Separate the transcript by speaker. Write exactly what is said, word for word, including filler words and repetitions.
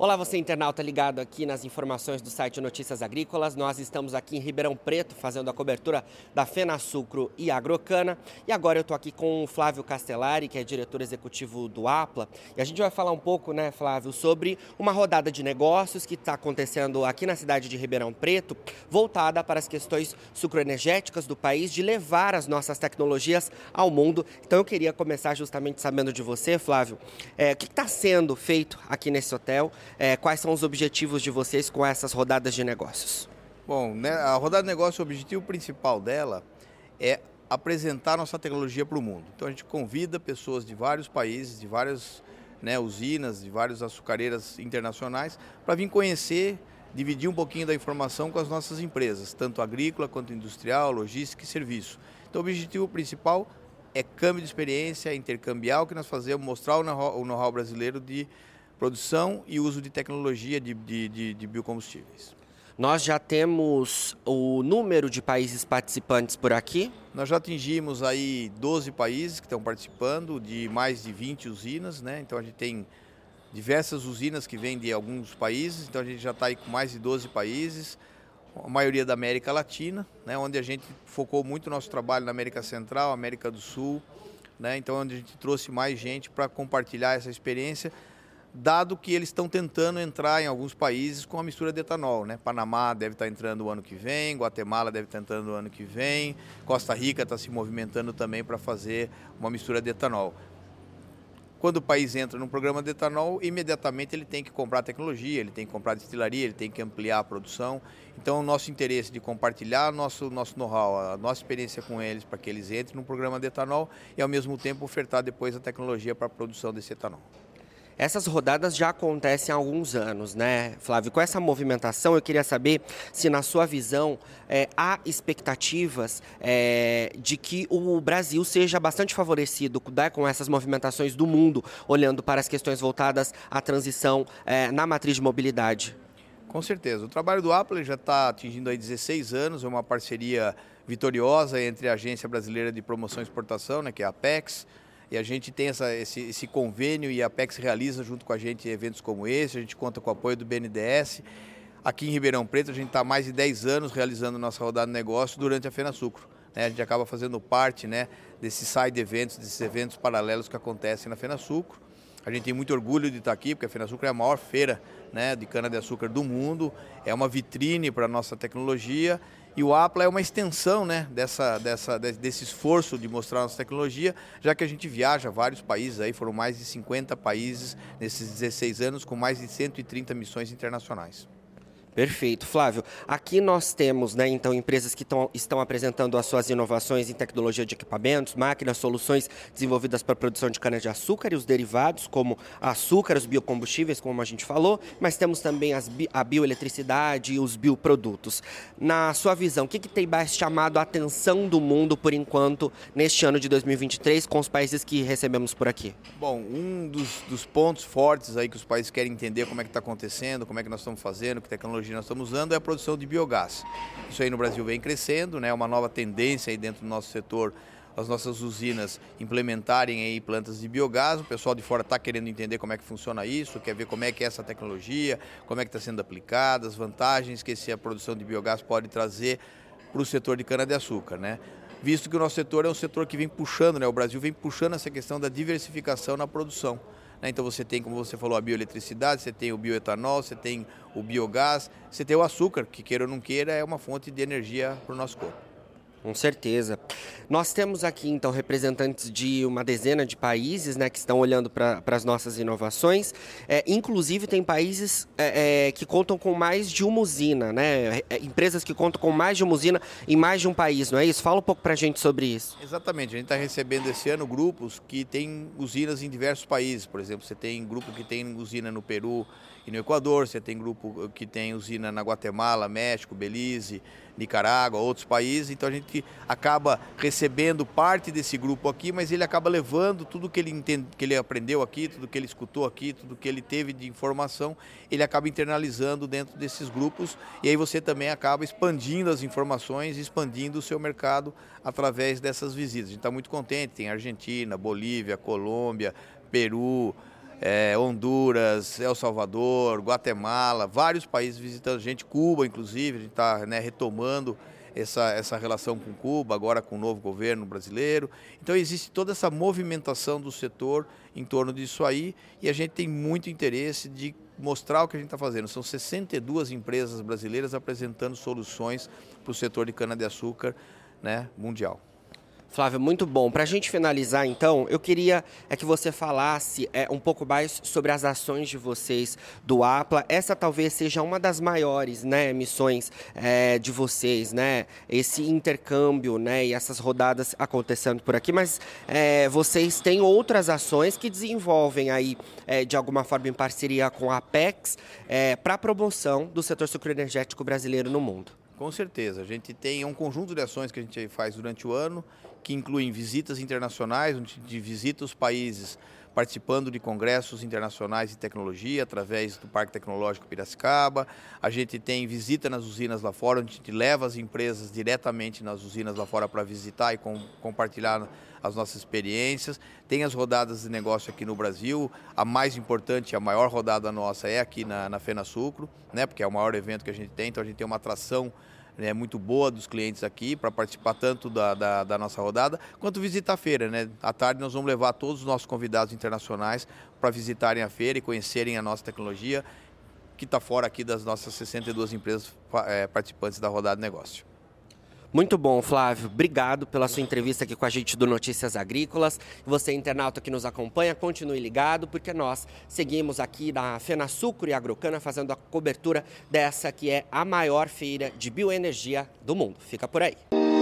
Speaker 1: Olá, você internauta ligado aqui nas informações do site Notícias Agrícolas. Nós estamos aqui em Ribeirão Preto fazendo a cobertura da FenaSucro e Agrocana. E agora eu estou aqui com o Flávio Castellari, que é diretor executivo do APLA. E a gente vai falar um pouco, né, Flávio, sobre uma rodada de negócios que está acontecendo aqui na cidade de Ribeirão Preto, voltada para as questões sucroenergéticas do país, de levar as nossas tecnologias ao mundo. Então eu queria começar justamente sabendo de você, Flávio, é, o que está sendo feito aqui nesse hotel? É, quais são os objetivos de vocês com essas rodadas de negócios?
Speaker 2: Bom, né, a rodada de negócio, o objetivo principal dela é apresentar nossa tecnologia para o mundo. Então a gente convida pessoas de vários países, de várias, né, usinas, de várias açucareiras internacionais para vir conhecer, dividir um pouquinho da informação com as nossas empresas, tanto agrícola quanto industrial, logística e serviço. Então o objetivo principal é câmbio de experiência, é intercambiar o que nós fazemos, mostrar o know-how, o know-how brasileiro de produção e uso de tecnologia de, de, de, de biocombustíveis.
Speaker 1: Nós já temos o número de países participantes por aqui?
Speaker 2: Nós já atingimos aí doze países que estão participando, de mais de vinte usinas, né? Então a gente tem diversas usinas que vêm de alguns países, então a gente já está aí com mais de doze países, a maioria da América Latina, né? Onde a gente focou muito o nosso trabalho na América Central, América do Sul, né? Então onde a gente trouxe mais gente para compartilhar essa experiência, dado que eles estão tentando entrar em alguns países com a mistura de etanol, né? Panamá deve estar entrando o ano que vem, Guatemala deve estar entrando o ano que vem, Costa Rica está se movimentando também para fazer uma mistura de etanol. Quando o país entra num programa de etanol, imediatamente ele tem que comprar tecnologia, ele tem que comprar destilaria, ele tem que ampliar a produção. Então, o nosso interesse de compartilhar nosso, nosso know-how, a nossa experiência com eles, para que eles entrem num programa de etanol e, ao mesmo tempo, ofertar depois a tecnologia para a produção desse etanol.
Speaker 1: Essas rodadas já acontecem há alguns anos, né, Flávio? Com essa movimentação, eu queria saber se, na sua visão, é, há expectativas é, de que o Brasil seja bastante favorecido, né, com essas movimentações do mundo, olhando para as questões voltadas à transição é, na matriz de mobilidade.
Speaker 2: Com certeza. O trabalho do APLA já está atingindo aí dezesseis anos, é uma parceria vitoriosa entre a Agência Brasileira de Promoção e Exportação, né, que é a Apex, e a gente tem essa, esse, esse convênio e a Apex realiza junto com a gente eventos como esse, a gente conta com o apoio do B N D E S. Aqui em Ribeirão Preto a gente está há mais de dez anos realizando nossa rodada de negócio durante a FenaSucro, né? A gente acaba fazendo parte, né, desses side eventos, desses eventos paralelos que acontecem na FenaSucro. A gente tem muito orgulho de estar aqui, porque a FenaSucro é a maior feira, né, de cana-de-açúcar do mundo, é uma vitrine para a nossa tecnologia. E o APLA é uma extensão, né, dessa, dessa, desse esforço de mostrar a nossa tecnologia, já que a gente viaja a vários países, aí foram mais de cinquenta países nesses dezesseis anos, com mais de cento e trinta missões internacionais.
Speaker 1: Perfeito. Flávio, aqui nós temos, né, então, empresas que tão, estão apresentando as suas inovações em tecnologia de equipamentos, máquinas, soluções desenvolvidas para a produção de cana-de-açúcar e os derivados, como açúcar, os biocombustíveis, como a gente falou, mas temos também as, a bioeletricidade e os bioprodutos. Na sua visão, o que, que tem mais chamado a atenção do mundo, por enquanto, neste ano de dois mil e vinte e três, com os países que recebemos por aqui?
Speaker 2: Bom, um dos, dos pontos fortes aí que os países querem entender como é que está acontecendo, como é que nós estamos fazendo, que tecnologia nós estamos usando é a produção de biogás. Isso aí no Brasil vem crescendo, né? É uma nova tendência aí dentro do nosso setor, as nossas usinas implementarem aí plantas de biogás. O pessoal de fora está querendo entender como é que funciona isso, quer ver como é que é essa tecnologia, como é que está sendo aplicada, as vantagens que essa produção de biogás pode trazer para o setor de cana-de-açúcar, né? Visto que o nosso setor é um setor que vem puxando, né? O Brasil vem puxando essa questão da diversificação na produção. Então você tem, como você falou, a bioeletricidade, você tem o bioetanol, você tem o biogás, você tem o açúcar, que queira ou não queira, é uma fonte de energia para o nosso corpo.
Speaker 1: Com certeza. Nós temos aqui, então, representantes de uma dezena de países, né, que estão olhando para as nossas inovações. É, inclusive, tem países é, é, que contam com mais de uma usina, né? É, empresas que contam com mais de uma usina em mais de um país, não é isso? Fala um pouco para a gente sobre isso.
Speaker 2: Exatamente. A gente está recebendo esse ano grupos que têm usinas em diversos países. Por exemplo, você tem grupo que tem usina no Peru e no Equador, você tem grupo que tem usina na Guatemala, México, Belize, Nicarágua, outros países. Então a gente acaba recebendo parte desse grupo aqui, mas ele acaba levando tudo que ele entende, que ele aprendeu aqui, tudo que ele escutou aqui, tudo que ele teve de informação, ele acaba internalizando dentro desses grupos, e aí você também acaba expandindo as informações, expandindo o seu mercado através dessas visitas. A gente está muito contente, tem Argentina, Bolívia, Colômbia, Peru, é, Honduras, El Salvador, Guatemala, vários países visitando a gente, Cuba inclusive, a gente está, né, retomando essa, essa relação com Cuba, agora com o novo governo brasileiro. Então existe toda essa movimentação do setor em torno disso aí e a gente tem muito interesse de mostrar o que a gente está fazendo. São sessenta e duas empresas brasileiras apresentando soluções para o setor de cana-de-açúcar, né, mundial.
Speaker 1: Flávio, muito bom. Para a gente finalizar, então, eu queria é que você falasse é, um pouco mais sobre as ações de vocês do APLA. Essa talvez seja uma das maiores, né, missões é, de vocês, né? Esse intercâmbio, né, e essas rodadas acontecendo por aqui. Mas é, vocês têm outras ações que desenvolvem aí, é, de alguma forma, em parceria com a Apex, é, para a promoção do setor sucroenergético brasileiro no mundo.
Speaker 2: Com certeza. A gente tem um conjunto de ações que a gente faz durante o ano, que incluem visitas internacionais, onde a gente visita os países participando de congressos internacionais de tecnologia, através do Parque Tecnológico Piracicaba. A gente tem visita nas usinas lá fora, onde a gente leva as empresas diretamente nas usinas lá fora para visitar e com, compartilhar as nossas experiências. Tem as rodadas de negócio aqui no Brasil. A mais importante, a maior rodada nossa é aqui na, na FenaSucro, né, porque é o maior evento que a gente tem, então a gente tem uma atração é muito boa dos clientes aqui para participar tanto da, da, da nossa rodada quanto visitar a feira, né? À tarde nós vamos levar todos os nossos convidados internacionais para visitarem a feira e conhecerem a nossa tecnologia que está fora aqui das nossas sessenta e duas empresas é, participantes da rodada de negócio.
Speaker 1: Muito bom, Flávio. Obrigado pela sua entrevista aqui com a gente do Notícias Agrícolas. Você, internauta que nos acompanha, continue ligado, porque nós seguimos aqui na FenaSucro e Agrocana fazendo a cobertura dessa que é a maior feira de bioenergia do mundo. Fica por aí.